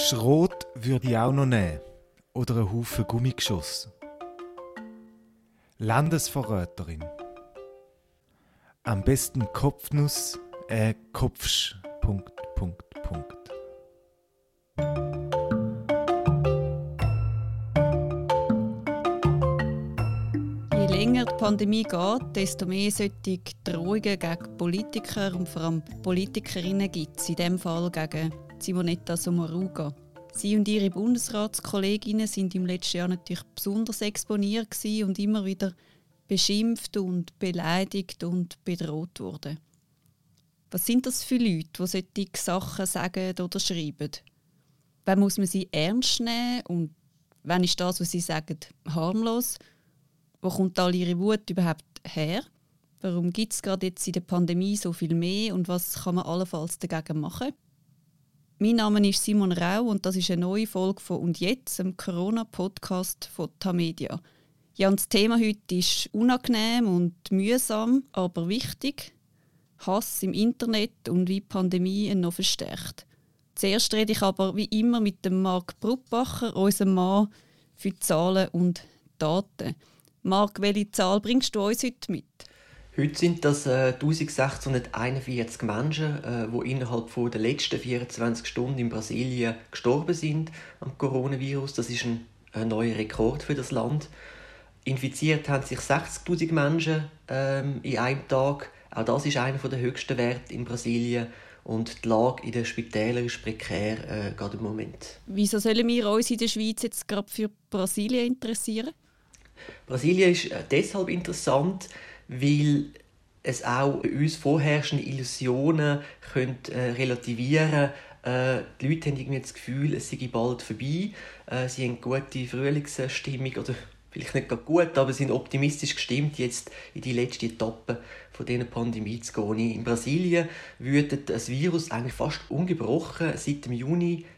Schrot würde ich auch noch nehmen. Oder einen Haufen Gummigeschoss. Landesverräterin. Am besten Kopfnuss, Kopfsch. ... Je länger die Pandemie geht, desto mehr solche Drohungen gegen Politiker und vor allem Politikerinnen gibt es. In diesem Fall gegen Simonetta Sommaruga. Sie und ihre Bundesratskolleginnen sind im letzten Jahr natürlich besonders exponiert und immer wieder beschimpft und beleidigt und bedroht worden. Was sind das für Leute, die solche Sachen sagen oder schreiben? Wann muss man sie ernst nehmen und wann ist das, was sie sagen, harmlos? Wo kommt all ihre Wut überhaupt her? Warum gibt es gerade jetzt in der Pandemie so viel mehr und was kann man allenfalls dagegen machen? Mein Name ist Simon Rau und das ist eine neue Folge von «Und jetzt?», einem Corona-Podcast von Tamedia. Ja, und das Thema heute ist unangenehm und mühsam, aber wichtig. Hass im Internet und wie die Pandemie ihn noch verstärkt. Zuerst rede ich aber wie immer mit dem Marc Bruppacher, unserem Mann für Zahlen und Daten. Marc, welche Zahl bringst du uns heute mit? Heute sind das 1641 Menschen, die innerhalb der letzten 24 Stunden in Brasilien gestorben sind am Coronavirus. Das ist ein neuer Rekord für das Land. Infiziert haben sich 60'000 Menschen in einem Tag. Auch das ist einer der höchsten Werte in Brasilien. Und die Lage in den Spitälern ist prekär, gerade im Moment. Wieso sollen wir uns in der Schweiz jetzt gerade für Brasilien interessieren? Brasilien ist deshalb interessant, weil es auch bei uns vorherrschende Illusionen relativieren könnte. Die Leute haben irgendwie das Gefühl, es sei bald vorbei. Sie haben gute Frühlingsstimmung, oder vielleicht nicht gerade gut, aber sind optimistisch gestimmt, jetzt in die letzte Etappe von dieser Pandemie zu gehen. In Brasilien wütet das Virus eigentlich fast ungebrochen seit dem Juni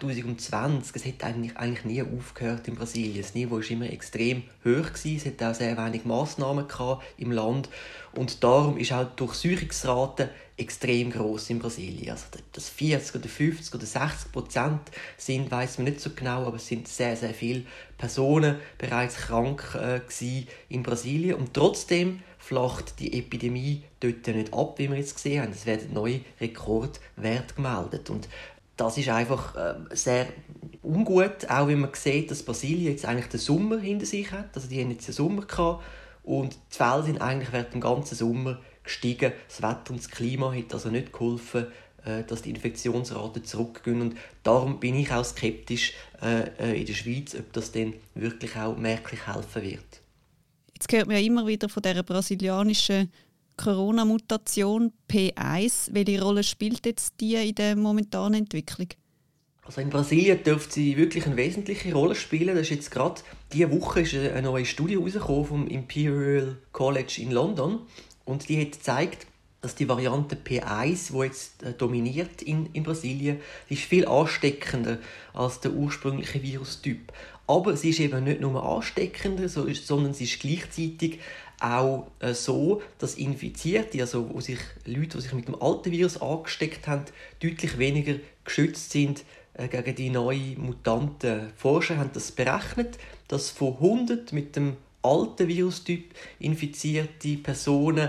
2020. Es hat eigentlich nie aufgehört in Brasilien. Das Niveau war immer extrem hoch. Es hat auch sehr wenig Massnahmen im Land. Und darum ist auch die Durchseuchungsrate extrem gross in Brasilien. Also das 40 oder 50 oder 60% sind, weiss man nicht so genau, aber es sind sehr, sehr viele Personen bereits krank in Brasilien. Und trotzdem flacht die Epidemie dort nicht ab, wie wir jetzt gesehen haben. Es werden neue Rekordwerte gemeldet. Und das ist einfach sehr ungut, auch wenn man sieht, dass Brasilien jetzt eigentlich den Sommer hinter sich hat. Also die haben jetzt den Sommer gehabt und die Fälle sind eigentlich während dem ganzen Sommer gestiegen. Das Wetter und das Klima hat also nicht geholfen, dass die Infektionsraten zurückgehen. Und darum bin ich auch skeptisch in der Schweiz, ob das denn wirklich auch merklich helfen wird. Jetzt hört man ja immer wieder von dieser brasilianischen Corona-Mutation P1. Welche Rolle spielt jetzt die in der momentanen Entwicklung? Also in Brasilien dürfte sie wirklich eine wesentliche Rolle spielen. Das ist jetzt gerade diese Woche ist eine neue Studie herausgekommen vom Imperial College in London. Und die hat gezeigt, dass die Variante P1, die jetzt dominiert in Brasilien, die ist viel ansteckender als der ursprüngliche Virustyp. Aber sie ist eben nicht nur ansteckender, sondern sie ist gleichzeitig auch so, dass Infizierte, also Leute, die sich mit dem alten Virus angesteckt haben, deutlich weniger geschützt sind gegen die neuen Mutanten. Forscher haben das berechnet, dass von 100 mit dem alten Virustyp infizierte Personen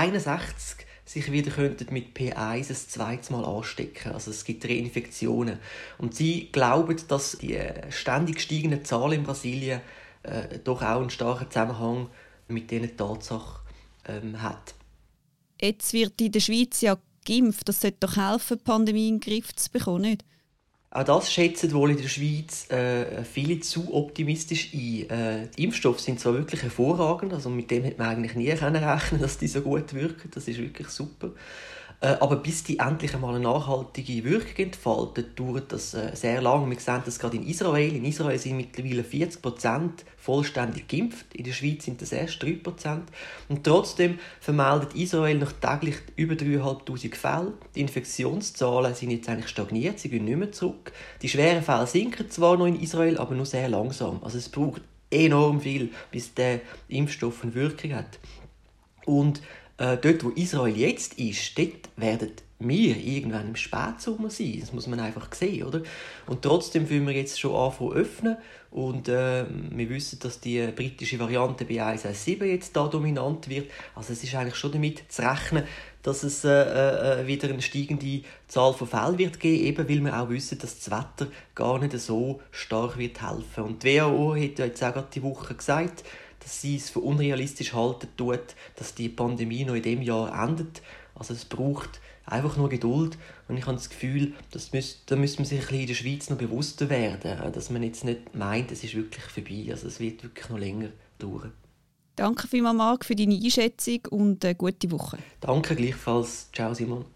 61 sich wieder mit P1 ein zweites Mal anstecken. Also es gibt Reinfektionen. Und sie glauben, dass die ständig steigenden Zahlen in Brasilien doch auch einen starken Zusammenhang mit diesen Tatsachen hat. Jetzt wird in der Schweiz ja geimpft. Das sollte doch helfen, die Pandemie in den Griff zu bekommen, nicht? Auch das schätzen wohl in der Schweiz viele zu optimistisch ein. Die Impfstoffe sind zwar wirklich hervorragend, also mit dem hätte man eigentlich nie rechnen, dass die so gut wirken. Das ist wirklich super. Aber bis die endlich einmal eine nachhaltige Wirkung entfalten, dauert das sehr lange. Wir sehen das gerade in Israel. In Israel sind mittlerweile 40% vollständig geimpft. In der Schweiz sind das erst 3%. Und trotzdem vermeldet Israel noch täglich über 3'500 Fälle. Die Infektionszahlen sind jetzt eigentlich stagniert, sie gehen nicht mehr zurück. Die schweren Fälle sinken zwar noch in Israel, aber nur sehr langsam. Also es braucht enorm viel, bis der Impfstoff eine Wirkung hat. Und dort, wo Israel jetzt ist, dort werden wir irgendwann im Spätsommer sein. Das muss man einfach sehen, oder? Und trotzdem wollen wir jetzt schon anfangen zu öffnen. Und wir wissen, dass die britische Variante B117 jetzt da dominant wird. Also es ist eigentlich schon damit zu rechnen, dass es wieder eine steigende Zahl von Fällen wird geben, eben weil wir auch wissen, dass das Wetter gar nicht so stark wird helfen. Und die WHO hat ja jetzt auch gerade die Woche gesagt, dass sie es für unrealistisch halten tut, dass die Pandemie noch in diesem Jahr endet. Also es braucht einfach nur Geduld. Und ich habe das Gefühl, da müsste man sich ein bisschen in der Schweiz noch bewusster werden, dass man jetzt nicht meint, es ist wirklich vorbei. Also es wird wirklich noch länger dauern. Danke vielmals, Marc, für deine Einschätzung und eine gute Woche. Danke gleichfalls. Ciao, Simon.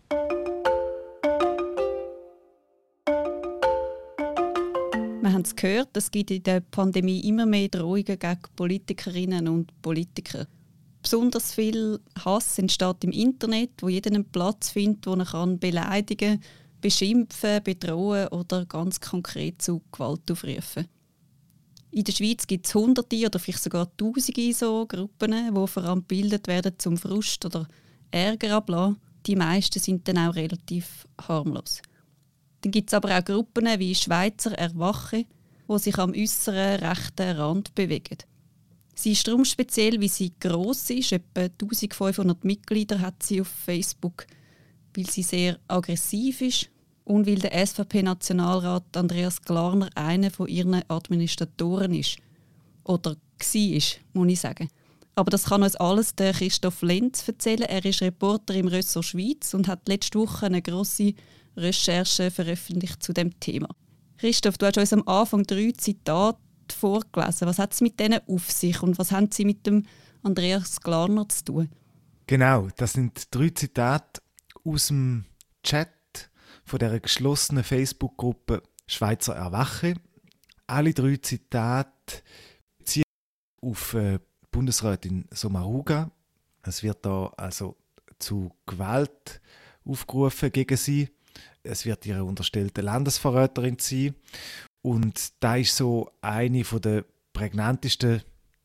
Wir haben es gehört, es gibt in der Pandemie immer mehr Drohungen gegen Politikerinnen und Politiker. Besonders viel Hass entsteht im Internet, wo jeder einen Platz findet, wo er beleidigen, beschimpfen, bedrohen oder ganz konkret zu Gewalt aufrufen kann. In der Schweiz gibt es Hunderte oder vielleicht sogar Tausende so Gruppen, die vor allem gebildet werden, zum Frust oder Ärger abzulassen. Die meisten sind dann auch relativ harmlos. Dann gibt es aber auch Gruppen wie Schweizer Erwache, die sich am äußeren rechten Rand bewegen. Sie ist darum speziell, weil sie gross ist, etwa 1500 Mitglieder hat sie auf Facebook, weil sie sehr aggressiv ist und weil der SVP-Nationalrat Andreas Glarner einer von ihren Administratoren ist. Oder war, muss ich sagen. Aber das kann uns alles der Christoph Lenz erzählen. Er ist Reporter im Ressort Schweiz und hat letzte Woche eine grosse Recherche veröffentlicht zu dem Thema. Christoph, du hast uns am Anfang 3 Zitate vorgelesen. Was hat es mit denen auf sich und was haben sie mit dem Andreas Glarner zu tun? Genau, das sind 3 Zitate aus dem Chat von der geschlossenen Facebook-Gruppe Schweizer Erwache. Alle 3 Zitate beziehen auf Bundesrätin Sommaruga. Es wird da also zu Gewalt aufgerufen gegen sie. Es wird ihre unterstellte Landesverräterin sein. Und da ist so eine der prägnantesten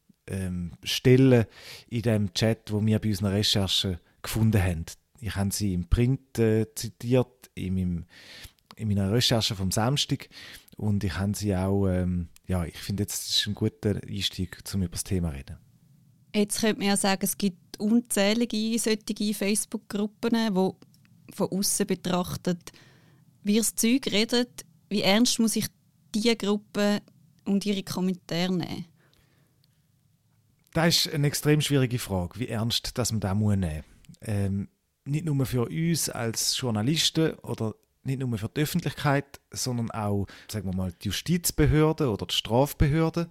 Stellen in dem Chat, wo wir bei unseren Recherchen gefunden haben. Ich habe sie im Print zitiert, in meiner Recherche vom Samstag. Und ich habe sie auch, ich finde, jetzt ist ein guter Einstieg, um über das Thema zu reden. Jetzt könnte man ja sagen, es gibt unzählige solche Facebook-Gruppen, die von außen betrachtet, wie das Zeug redet. Wie ernst muss ich diese Gruppe und ihre Kommentare nehmen? Das ist eine extrem schwierige Frage, wie ernst das man da nehmen muss. Nicht nur für uns als Journalisten oder nicht nur für die Öffentlichkeit, sondern auch, sagen wir mal, die Justizbehörden oder die Strafbehörden.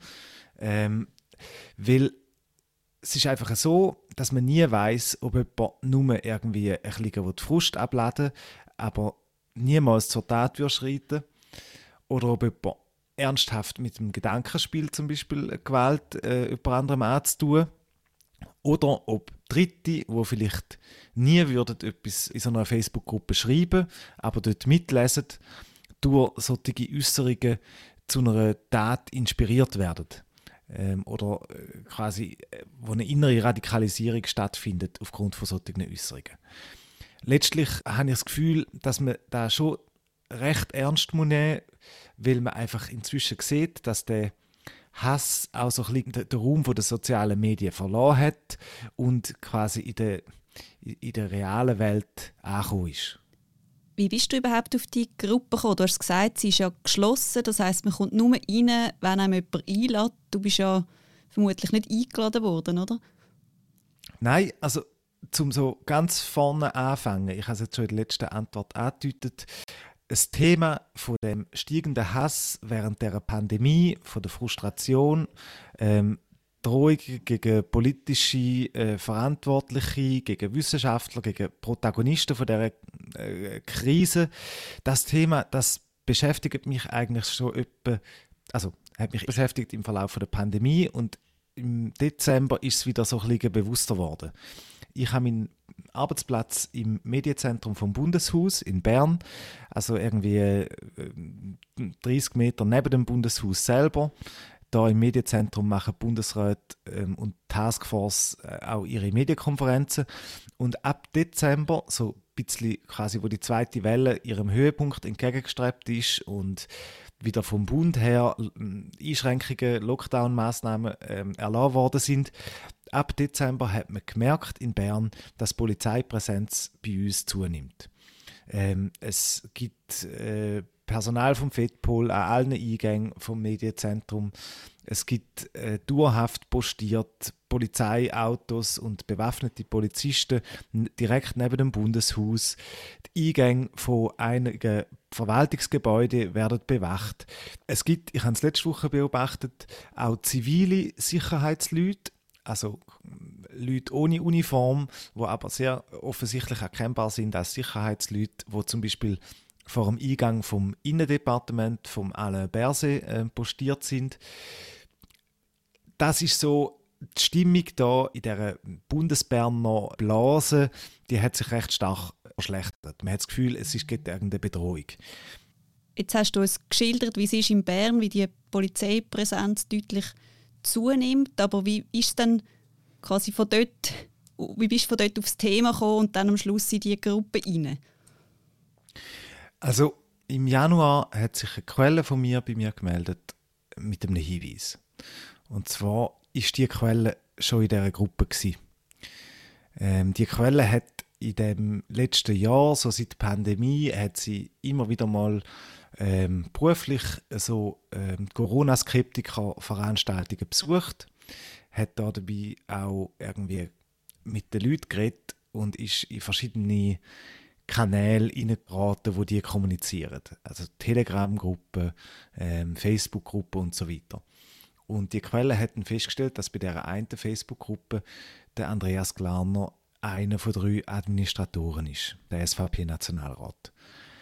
Weil es ist einfach so, dass man nie weiss, ob jemand nur irgendwie ein bisschen Frust abladen will, aber niemals zur Tat schreiten oder ob jemand ernsthaft mit dem Gedankenspiel zum Beispiel Gewalt jemand anderem anzutun oder ob Dritte, die vielleicht nie würden etwas in so einer Facebook-Gruppe schreiben, aber dort mitlesen, durch solche Äußerungen zu einer Tat inspiriert werden. Oder quasi, wo eine innere Radikalisierung stattfindet aufgrund von solchen Äußerungen. Letztlich habe ich das Gefühl, dass man da schon recht ernst nehmen muss, weil man einfach inzwischen sieht, dass der Hass auch so ein bisschen den Raum der sozialen Medien verloren hat und quasi in der realen Welt angekommen ist. Wie bist du überhaupt auf die Gruppe gekommen? Du hast gesagt, sie ist ja geschlossen, das heisst, man kommt nur rein, wenn einem jemand einlädt. Du bist ja vermutlich nicht eingeladen worden, oder? Nein, also zum so ganz vorne anfangen, ich habe es jetzt schon in der letzten Antwort angedeutet, das Thema von dem steigenden Hass während der Pandemie, von der Frustration, Drohungen gegen politische Verantwortliche, gegen Wissenschaftler, gegen Protagonisten von dieser Krise. Das Thema, das beschäftigt mich eigentlich schon hat mich beschäftigt im Verlauf der Pandemie und im Dezember ist es wieder so ein bisschen bewusster geworden. Ich habe meinen Arbeitsplatz im Medienzentrum vom Bundeshaus in Bern, also irgendwie 30 Meter neben dem Bundeshaus selber. Da im Medienzentrum machen Bundesrat und Taskforce auch ihre Medienkonferenzen. Und ab Dezember, so ein bisschen quasi, wo die zweite Welle ihrem Höhepunkt entgegengestrebt ist und wieder vom Bund her Einschränkungen, Lockdown-Massnahmen erlassen worden sind, ab Dezember hat man gemerkt in Bern, dass die Polizeipräsenz bei uns zunimmt. Es gibt Personal vom FEDPOL an allen Eingängen vom Medienzentrum. Es gibt dauerhaft postiert Polizeiautos und bewaffnete Polizisten direkt neben dem Bundeshaus. Die Eingänge von einigen Verwaltungsgebäuden werden bewacht. Es gibt, ich habe es letzte Woche beobachtet, auch zivile Sicherheitsleute, also Leute ohne Uniform, die aber sehr offensichtlich erkennbar sind als Sicherheitsleute, die zum Beispiel vor dem Eingang vom Innendepartement vom Alain Berset postiert sind. Das ist so die Stimmung da in dieser Bundesberner Blase, die hat sich recht stark verschlechtert. Man hat das Gefühl, es gibt irgendeine Bedrohung. Jetzt hast du uns geschildert, wie es ist in Bern, wie die Polizeipräsenz deutlich zunimmt. Aber wie ist dann quasi von dort, wie bist du von dort aufs Thema gekommen und dann am Schluss in diese Gruppe rein? Also im Januar hat sich eine Quelle von mir bei mir gemeldet mit einem Hinweis. Und zwar ist die Quelle schon in dieser Gruppe gewesen. Die Quelle hat in dem letzten Jahr, so seit der Pandemie, hat sie immer wieder mal beruflich so Corona-Skeptiker-Veranstaltungen besucht, hat da dabei auch irgendwie mit den Leuten geredet und ist in verschiedene Kanäle hineingeraten, wo die kommunizieren. Also Telegram-Gruppen, Facebook-Gruppen und so weiter. Und die Quelle hat festgestellt, dass bei dieser einen Facebook-Gruppe der Andreas Glarner einer von 3 Administratoren ist, der SVP-Nationalrat.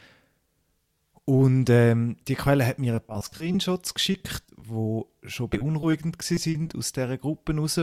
Und die Quelle hat mir ein paar Screenshots geschickt, die schon beunruhigend waren aus dieser Gruppe raus.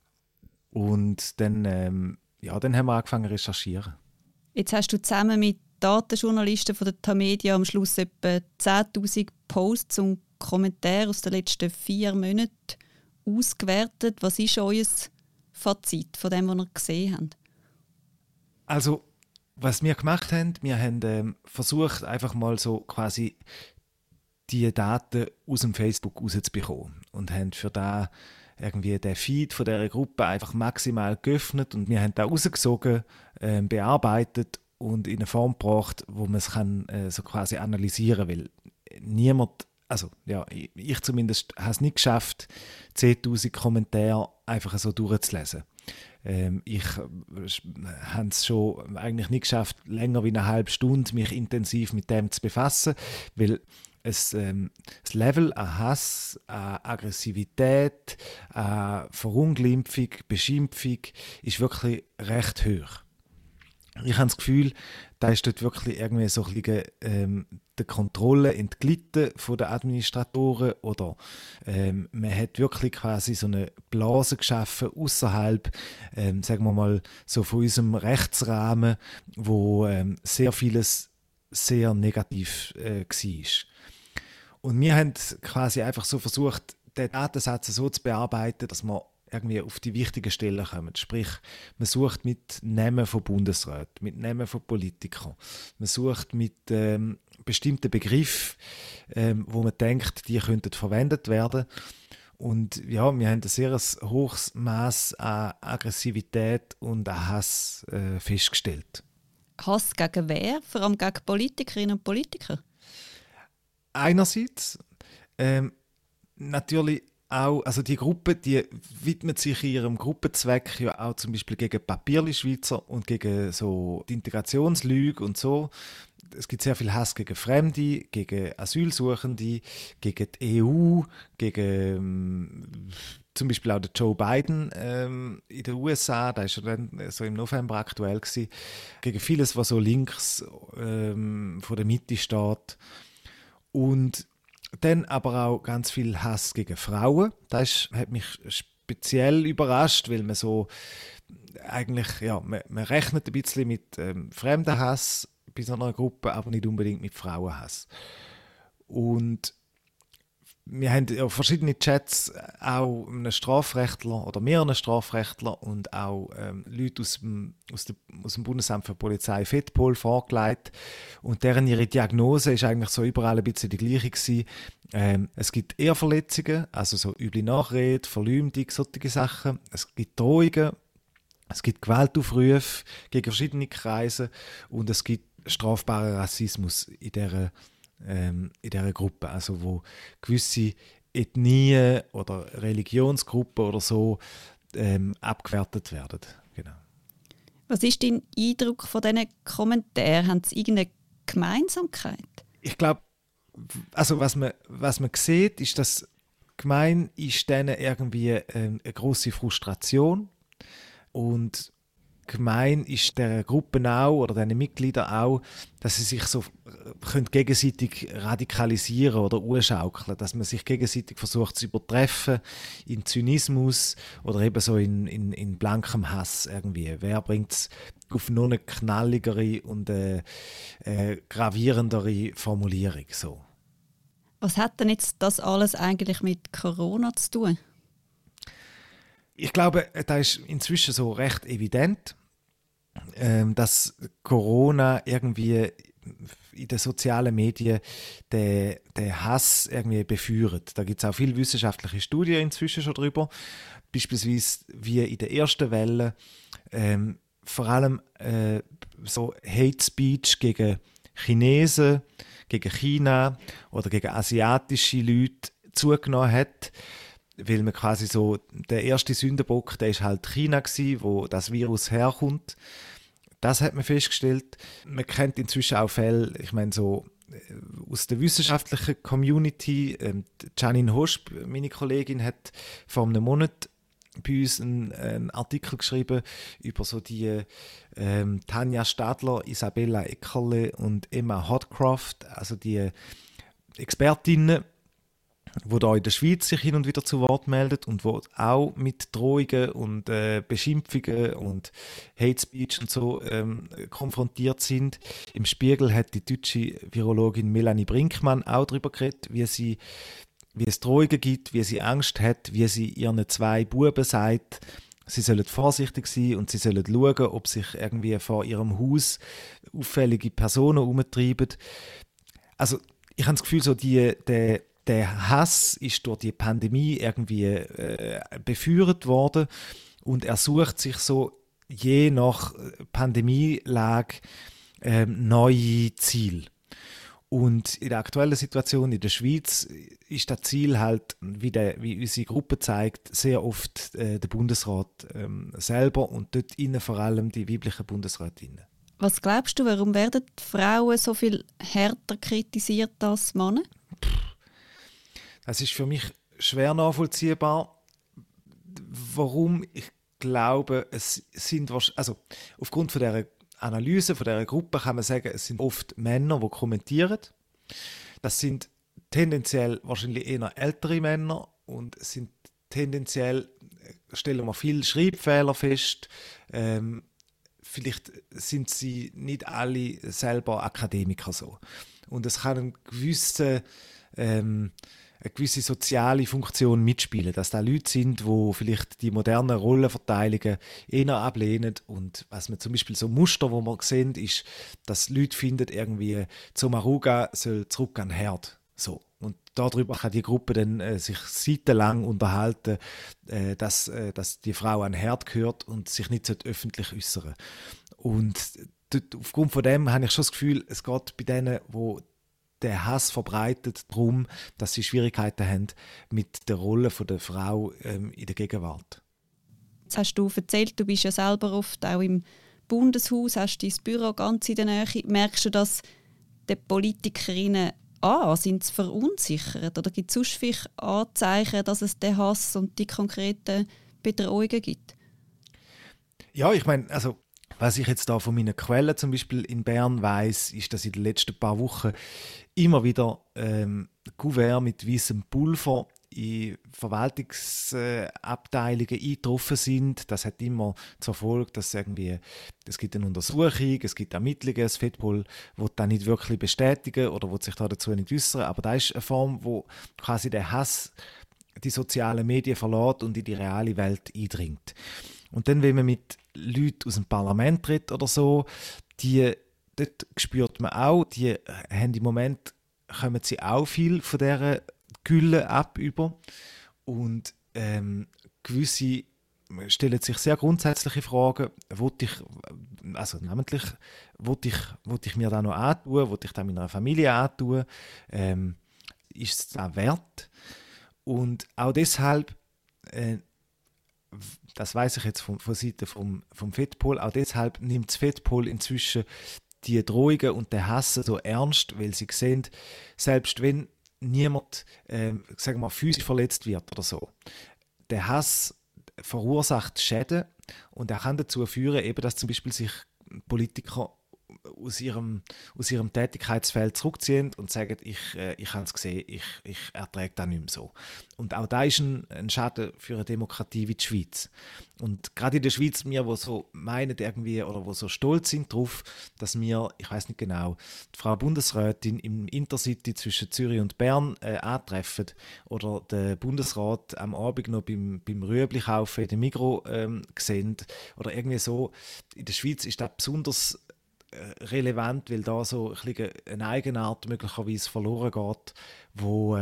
Und dann haben wir angefangen zu recherchieren. Jetzt hast du zusammen mit Datenjournalisten von der Tamedia am Schluss etwa 10'000 Posts und Kommentare aus den letzten 4 Monaten ausgewertet. Was ist euer Fazit von dem, was ihr gesehen habt? Also, was wir gemacht haben, wir haben versucht, einfach mal so quasi die Daten aus dem Facebook rauszubekommen und haben für da irgendwie den Feed von dieser Gruppe einfach maximal geöffnet und wir haben da rausgesogen, bearbeitet und in eine Form gebracht, wo man es kann, so quasi analysieren kann, weil niemand, also ja, ich zumindest habe es nicht geschafft, 10'000 Kommentare einfach so durchzulesen. Ich habe es schon eigentlich nicht geschafft, länger wie eine halbe Stunde mich intensiv mit dem zu befassen, weil das Level an Hass, an Aggressivität, an Verunglimpfung, Beschimpfung ist wirklich recht hoch. Ich habe das Gefühl, da ist dort wirklich irgendwie so ein bisschen der Kontrolle entglitten von den Administratoren oder man hat wirklich quasi so eine Blase geschaffen außerhalb, sagen wir mal, so von unserem Rechtsrahmen, wo sehr vieles sehr negativ war. Und wir haben quasi einfach so versucht, den Datensatz so zu bearbeiten, dass man irgendwie auf die wichtigen Stellen kommen. Sprich, man sucht mit Namen von Bundesräten, mit Namen von Politikern. Man sucht mit bestimmten Begriffen, wo man denkt, die könnten verwendet werden. Und ja, wir haben ein sehr hohes Maß an Aggressivität und an Hass festgestellt. Hass gegen wer? Vor allem gegen Politikerinnen und Politiker? Einerseits natürlich auch, also die Gruppe, die widmet sich ihrem Gruppenzweck ja auch zum Beispiel gegen Papierli-Schweizer und gegen so die Integrationslüge und so. Es gibt sehr viel Hass gegen Fremde, gegen Asylsuchende, gegen die EU, gegen zum Beispiel auch der Joe Biden in den USA, da ist er dann so im November aktuell gewesen, gegen vieles, was so links von der Mitte steht. Und dann aber auch ganz viel Hass gegen Frauen. Das hat mich speziell überrascht, weil man so eigentlich, ja, man rechnet ein bisschen mit Fremdenhass bei so einer Gruppe, aber nicht unbedingt mit Frauenhass. Und wir haben ja verschiedene Chats, auch einen Strafrechtler oder mehrere Strafrechtler und auch Leute aus dem Bundesamt für Polizei FEDPOL vorgelegt. Und deren ihre Diagnose ist eigentlich so überall ein bisschen die gleiche gewesen. Es gibt Ehrverletzungen, also so üble Nachrede, Verleumdung, solche Sachen. Es gibt Drohungen, es gibt Gewaltaufrufe gegen verschiedene Kreise und es gibt strafbaren Rassismus in dieser Gruppe, also wo gewisse Ethnien oder Religionsgruppen oder so abgewertet werden. Genau. Was ist dein Eindruck von diesen Kommentaren? Haben sie irgendeine Gemeinsamkeit? Ich glaube, also was man sieht, ist, dass gemein ist denen irgendwie eine grosse Frustration und gemein ist der Gruppe auch oder diesen Mitgliedern auch, dass sie sich so gegenseitig radikalisieren oder urschaukeln, dass man sich gegenseitig versucht zu übertreffen in Zynismus oder eben so in blankem Hass irgendwie. Wer bringt es auf noch eine knalligere und gravierendere Formulierung so? Was hat denn jetzt das alles eigentlich mit Corona zu tun? Ich glaube, da ist inzwischen so recht evident, dass Corona irgendwie in den sozialen Medien den Hass irgendwie befeuert. Da gibt es auch viele wissenschaftliche Studien inzwischen schon drüber. Beispielsweise wie in der ersten Welle vor allem so Hate Speech gegen Chinesen, gegen China oder gegen asiatische Leute zugenommen hat. Weil man quasi so, der erste Sündenbock, der ist halt China gewesen, wo das Virus herkommt. Das hat man festgestellt. Man kennt inzwischen auch Fälle, ich meine so aus der wissenschaftlichen Community. Janine Hosp, meine Kollegin, hat vor einem Monat bei uns einen Artikel geschrieben über so die Tanja Stadler, Isabella Eckerle und Emma Hodcroft, also die Expertinnen, wo da in der Schweiz sich hin und wieder zu Wort meldet und wo auch mit Drohungen und Beschimpfungen und Hate Speech und so konfrontiert sind. Im Spiegel hat die deutsche Virologin Melanie Brinkmann auch darüber geredet, wie es Drohungen gibt, wie sie Angst hat, wie sie ihren 2 Buben sagt, sie sollen vorsichtig sein und sie sollen schauen, ob sich irgendwie vor ihrem Haus auffällige Personen herumtreiben. Also ich habe das Gefühl, so der Hass ist durch die Pandemie irgendwie befeuert worden und er sucht sich so je nach Pandemielage neue Ziele. Und in der aktuellen Situation in der Schweiz ist das Ziel halt, wie unsere Gruppe zeigt, sehr oft der Bundesrat selber und dort innen vor allem die weiblichen Bundesrätinnen. Was glaubst du, warum werden die Frauen so viel härter kritisiert als Männer? Das ist für mich schwer nachvollziehbar. Warum? Ich glaube, es sind also aufgrund von dieser Analyse von dieser Gruppe kann man sagen, es sind oft Männer, die kommentieren. Das sind tendenziell wahrscheinlich eher ältere Männer und es sind tendenziell, stellen wir viele Schreibfehler fest. Vielleicht sind sie nicht alle selber Akademiker so. Und es kann eine gewisse soziale Funktion mitspielen, dass da Leute sind, die vielleicht die modernen Rollenverteilungen eher ablehnen und was man zum Beispiel so Muster, wo man sehen, ist, dass Leute finden, irgendwie Zomaruga soll zurück an den Herd. So. Und darüber kann die Gruppe dann sich seitenlang unterhalten, dass die Frau an den Herd gehört und sich nicht öffentlich äußern. Und aufgrund von dem habe ich schon das Gefühl, es geht bei denen, die der Hass verbreitet darum, dass sie Schwierigkeiten haben mit der Rolle der Frau in der Gegenwart. Jetzt hast du erzählt, du bist ja selber oft auch im Bundeshaus, hast dein Büro ganz in der Nähe. Merkst du das den Politikerinnen an? Sind sie verunsichert? Oder gibt es sonst vielleicht Anzeichen, dass es den Hass und die konkreten Bedrohungen gibt? Ja, ich meine, also was ich jetzt da von meinen Quellen zum Beispiel in Bern weiss, ist, dass in den letzten paar Wochen immer wieder Kuvert mit weißem Pulver in Verwaltungsabteilungen eingetroffen sind. Das hat immer zur Folge, dass es gibt eine Untersuchung, es gibt Ermittlungen, das FEDPOL will das nicht wirklich bestätigen oder will sich dazu nicht äußern, aber das ist eine Form, wo quasi der Hass die sozialen Medien verlässt und in die reale Welt eindringt. Und dann, wenn man mit Leuten aus dem Parlament redet oder so, dort spürt man auch, die haben im Moment, kommen sie auch viel von dieser Gülle ab über. Und gewisse stellen sich sehr grundsätzliche Fragen, namentlich, will ich mir das noch antun, will ich das meiner Familie antun, ist es das wert? Und auch deshalb, das weiß ich jetzt von Seite vom FEDPOL, auch deshalb nimmt das FEDPOL inzwischen die Drohungen und den Hass so ernst, weil sie sehen, selbst wenn niemand sagen wir, physisch verletzt wird oder so, der Hass verursacht Schäden und er kann dazu führen, eben, dass zum Beispiel sich Politiker aus ihrem Tätigkeitsfeld zurückziehen und sagen, ich habe es gesehen, ich ertrage das nicht mehr so. Und auch da ist ein Schaden für eine Demokratie wie die Schweiz. Und gerade in der Schweiz, wir, die so meinen irgendwie oder die so stolz sind darauf, dass wir, ich weiß nicht genau, die Frau Bundesrätin im Intercity zwischen Zürich und Bern antreffen oder den Bundesrat am Abend noch beim Rüebli kaufen in der Migros sehen oder irgendwie so. In der Schweiz ist das besonders relevant, weil da so ein bisschen eine Eigenart möglicherweise verloren geht, wo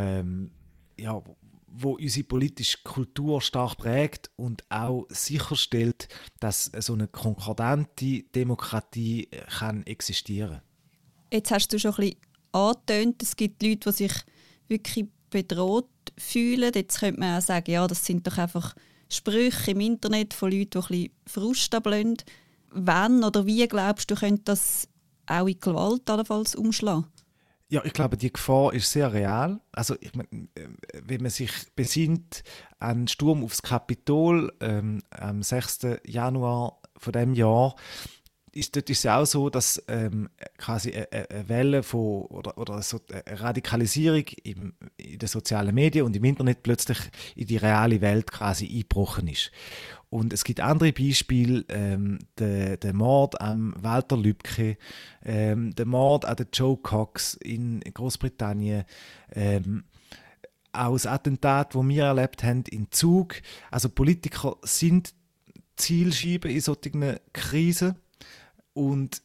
unsere politische Kultur stark prägt und auch sicherstellt, dass so eine konkordante Demokratie kann existieren. Jetzt hast du schon ein bisschen angetönt, es gibt Leute, die sich wirklich bedroht fühlen. Jetzt könnte man auch sagen, ja, das sind doch einfach Sprüche im Internet von Leuten, die ein bisschen Frust ablassen. Wann oder wie glaubst du, könnte das auch in Gewalt allenfalls umschlagen? Ja, ich glaube, die Gefahr ist sehr real. Also, wenn man sich besinnt an den Sturm aufs Kapitol am 6. Januar von diesem Jahr, dort ist es ja auch so, dass quasi eine Welle von oder so eine Radikalisierung in den sozialen Medien und im Internet plötzlich in die reale Welt quasi eingebrochen ist. Und es gibt andere Beispiele, der Mord an Walter Lübcke, der Mord an Joe Cox in Großbritannien, auch das Attentat, das wir erlebt haben in Zug. Also Politiker sind Zielscheiben in solchen Krisen und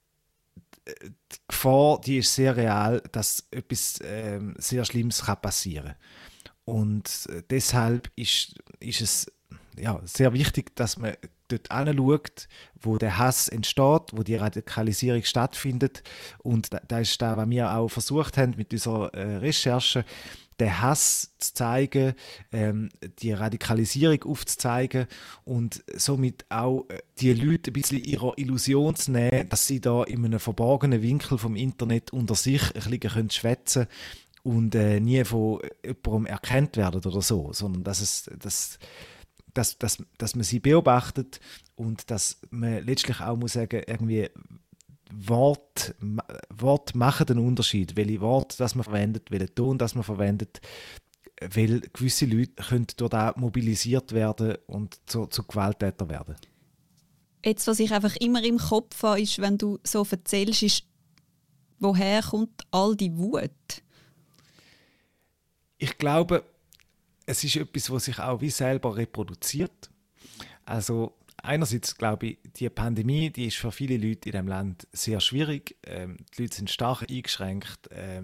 die Gefahr, die ist sehr real, dass etwas sehr Schlimmes passieren kann. Und deshalb ist es sehr wichtig, dass man dort hinschaut, wo der Hass entsteht, wo die Radikalisierung stattfindet. Und das ist das, was wir auch versucht haben mit unserer Recherche, den Hass zu zeigen, die Radikalisierung aufzuzeigen und somit auch die Leute ein bisschen ihrer Illusion zu nehmen, dass sie da in einem verborgenen Winkel vom Internet unter sich ein bisschen schwätzen und nie von jemandem erkannt werden oder so, sondern dass man sie beobachtet und dass man letztlich auch muss sagen, irgendwie Wort machen den Unterschied, welche Worte das man verwendet, welchen Ton das man verwendet, weil gewisse Leute können durch das mobilisiert werden und zu Gewalttätern werden. Jetzt, was ich einfach immer im Kopf habe, ist, wenn du so erzählst, ist, woher kommt all die Wut? Ich glaube, es ist etwas, was sich auch wie selber reproduziert. Also einerseits glaube ich, die Pandemie, die ist für viele Leute in diesem Land sehr schwierig. Die Leute sind stark eingeschränkt.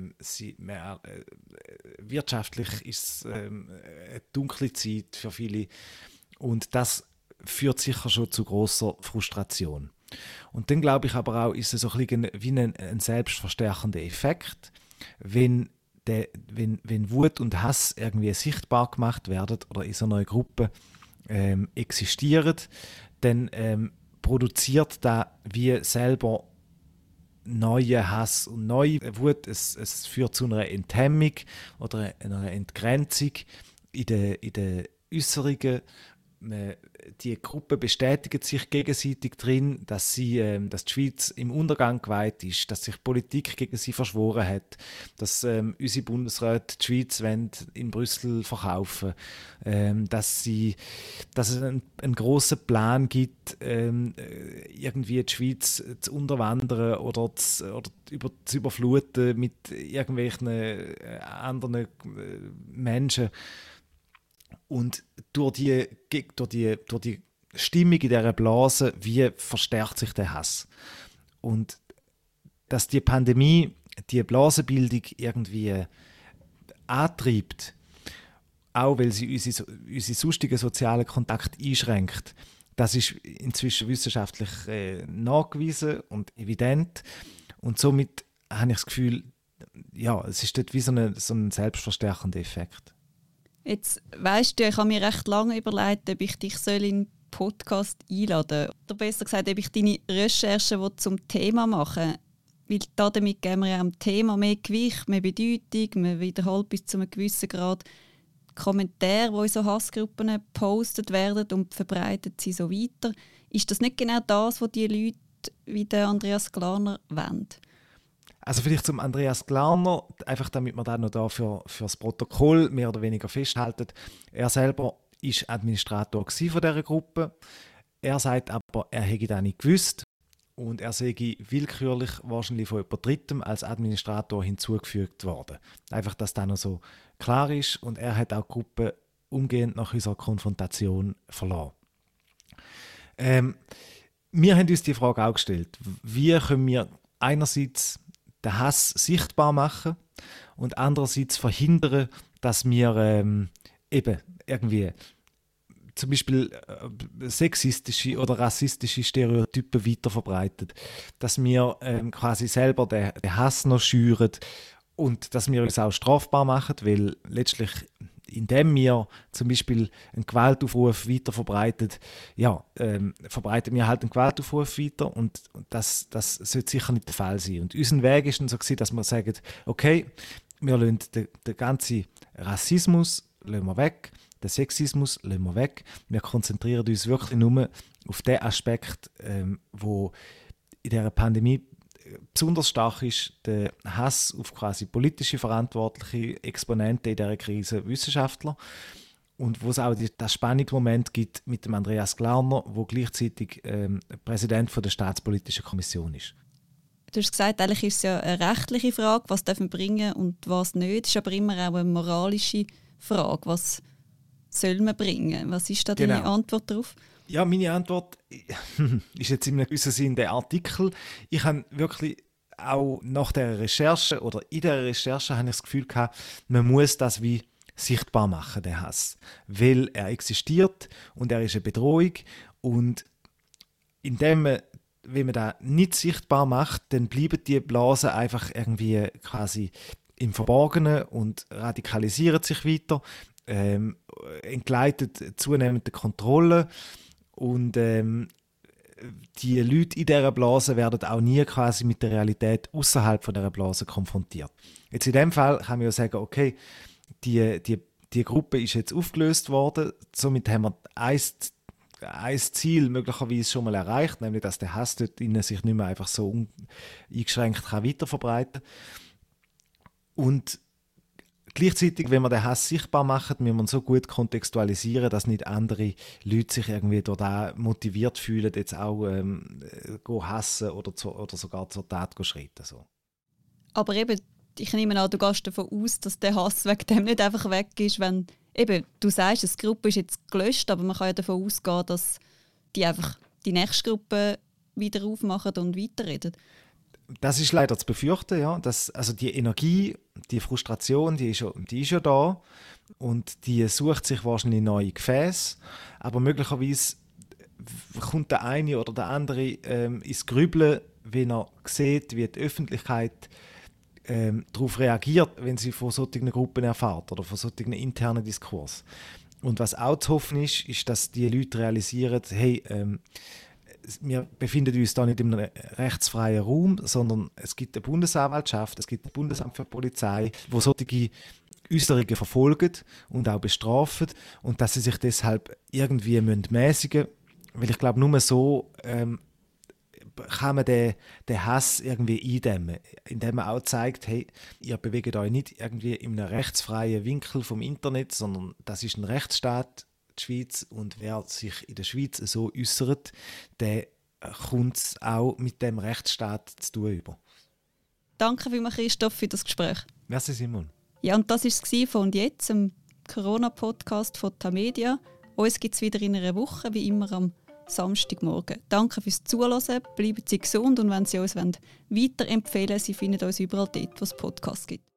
Wirtschaftlich ist es eine dunkle Zeit für viele. Und das führt sicher schon zu grosser Frustration. Und dann glaube ich aber auch, ist es so ein bisschen wie ein selbstverstärkender Effekt, wenn Wut und Hass irgendwie sichtbar gemacht werden oder in so einer Gruppe existieren, dann produziert da wie selber neue Hass und neue Wut. Es führt zu einer Enthemmung oder einer Entgrenzung in den Äußerungen die Gruppe bestätigt sich gegenseitig drin, dass die Schweiz im Untergang geweiht ist, dass sich Politik gegen sie verschworen hat, dass unsere Bundesräte die Schweiz in Brüssel verkaufen wollen, dass es einen grossen Plan gibt, irgendwie die Schweiz zu unterwandern oder zu überfluten mit irgendwelchen anderen Menschen. Und durch die Stimmung in dieser Blase, wie verstärkt sich der Hass. Und dass die Pandemie die Blasenbildung irgendwie antreibt, auch weil sie unsere sonstigen sozialen Kontakte einschränkt, das ist inzwischen wissenschaftlich nachgewiesen und evident. Und somit habe ich das Gefühl, ja, es ist dort wie so ein selbstverstärkender Effekt. Jetzt weisst du, ich habe mir recht lange überlegt, ob ich dich in den Podcast einladen soll. Oder besser gesagt, ob ich deine Recherchen zum Thema machen will. Weil damit geben wir ja am Thema mehr Gewicht, mehr Bedeutung. Man wiederholt bis zu einem gewissen Grad Kommentare, die in so Hassgruppen gepostet werden und verbreitet sie so weiter. Ist das nicht genau das, was die Leute wie der Andreas Glarner wollen? Also vielleicht zum Andreas Glarner, einfach damit wir das noch da für das Protokoll mehr oder weniger festhalten. Er selber war Administrator von dieser Gruppe. Er sagt aber, er hätte das nicht gewusst und er sei willkürlich wahrscheinlich von jemand Drittem als Administrator hinzugefügt worden. Einfach, dass das noch so klar ist und er hat auch die Gruppe umgehend nach unserer Konfrontation verloren. Wir haben uns die Frage auch gestellt, wie können wir einerseits den Hass sichtbar machen und andererseits verhindern, dass wir eben irgendwie zum Beispiel sexistische oder rassistische Stereotype weiterverbreitet, dass wir quasi selber den Hass noch schüren und dass wir uns auch strafbar machen, weil letztlich indem wir zum Beispiel einen Gewaltaufruf weiter verbreiten, verbreiten wir halt einen Gewaltaufruf weiter und das sollte sicher nicht der Fall sein. Und unser Weg ist dann so gewesen, dass wir sagen, okay, wir lassen den ganzen Rassismus weg, den Sexismus lassen wir weg. Wir konzentrieren uns wirklich nur auf den Aspekt, wo in dieser Pandemie besonders stark ist, der Hass auf quasi politische verantwortliche Exponenten in dieser Krise, Wissenschaftler. Und wo es auch das Spannungsmoment gibt mit dem Andreas Glarner, der gleichzeitig Präsident der Staatspolitischen Kommission ist. Du hast gesagt, eigentlich ist es ja eine rechtliche Frage, was dürfen wir bringen und was nicht. Es ist aber immer auch eine moralische Frage, was soll man bringen? Was ist da deine Antwort darauf? Ja, meine Antwort ist jetzt in einem gewissen Sinn der Artikel. Ich habe wirklich auch nach der Recherche oder in der Recherche habe ich das Gefühl gehabt, man muss das wie sichtbar machen, den Hass. Weil er existiert und er ist eine Bedrohung. Und wenn man das nicht sichtbar macht, dann bleiben die Blasen einfach irgendwie quasi im Verborgenen und radikalisieren sich weiter, entgleitet zunehmend der Kontrolle. Und die Leute in dieser Blase werden auch nie quasi mit der Realität außerhalb von dieser Blase konfrontiert. Jetzt in dem Fall kann man ja sagen, okay, die Gruppe ist jetzt aufgelöst worden, somit haben wir ein Ziel möglicherweise schon mal erreicht, nämlich dass der Hass dort innen sich nicht mehr einfach so eingeschränkt kann weiterverbreiten. Und gleichzeitig, wenn wir den Hass sichtbar machen, müssen wir ihn so gut kontextualisieren, dass nicht andere Leute sich irgendwie durch das motiviert fühlen, jetzt auch hassen oder sogar zur Tat schreiten. So. Aber eben, ich nehme an, du gehst davon aus, dass der Hass wegen dem nicht einfach weg ist, wenn eben, du sagst, die Gruppe ist jetzt gelöscht, aber man kann ja davon ausgehen, dass die einfach die nächste Gruppe wieder aufmachen und weiterreden. Das ist leider zu befürchten, ja. Also die Energie, die Frustration, die ist ja da und die sucht sich wahrscheinlich neue Gefäße, aber möglicherweise kommt der eine oder der andere ins Grübeln, wenn er sieht, wie die Öffentlichkeit darauf reagiert, wenn sie von solchen Gruppen erfährt oder von solchen internen Diskurs. Und was auch zu hoffen ist, dass die Leute realisieren, hey, wir befinden uns da nicht in einem rechtsfreien Raum, sondern es gibt eine Bundesanwaltschaft, es gibt ein Bundesamt für Polizei, wo solche Äußerungen verfolgen und auch bestrafen und dass sie sich deshalb irgendwie mäßigen müssen. Weil ich glaube, nur so kann man den Hass irgendwie eindämmen, indem man auch zeigt, hey, ihr bewegt euch nicht irgendwie in einem rechtsfreien Winkel vom Internet, sondern das ist ein Rechtsstaat, die Schweiz, und wer sich in der Schweiz so äußert, der kommt es auch mit dem Rechtsstaat zu tun über. Danke vielmals, Christoph, für das Gespräch. Merci, Simon. Ja, und das war es von «Und jetzt», dem Corona-Podcast von Tamedia. Uns gibt es wieder in einer Woche, wie immer am Samstagmorgen. Danke fürs Zuhören, bleiben Sie gesund und wenn Sie uns weiterempfehlen wollen, Sie finden uns überall dort, wo es Podcasts gibt.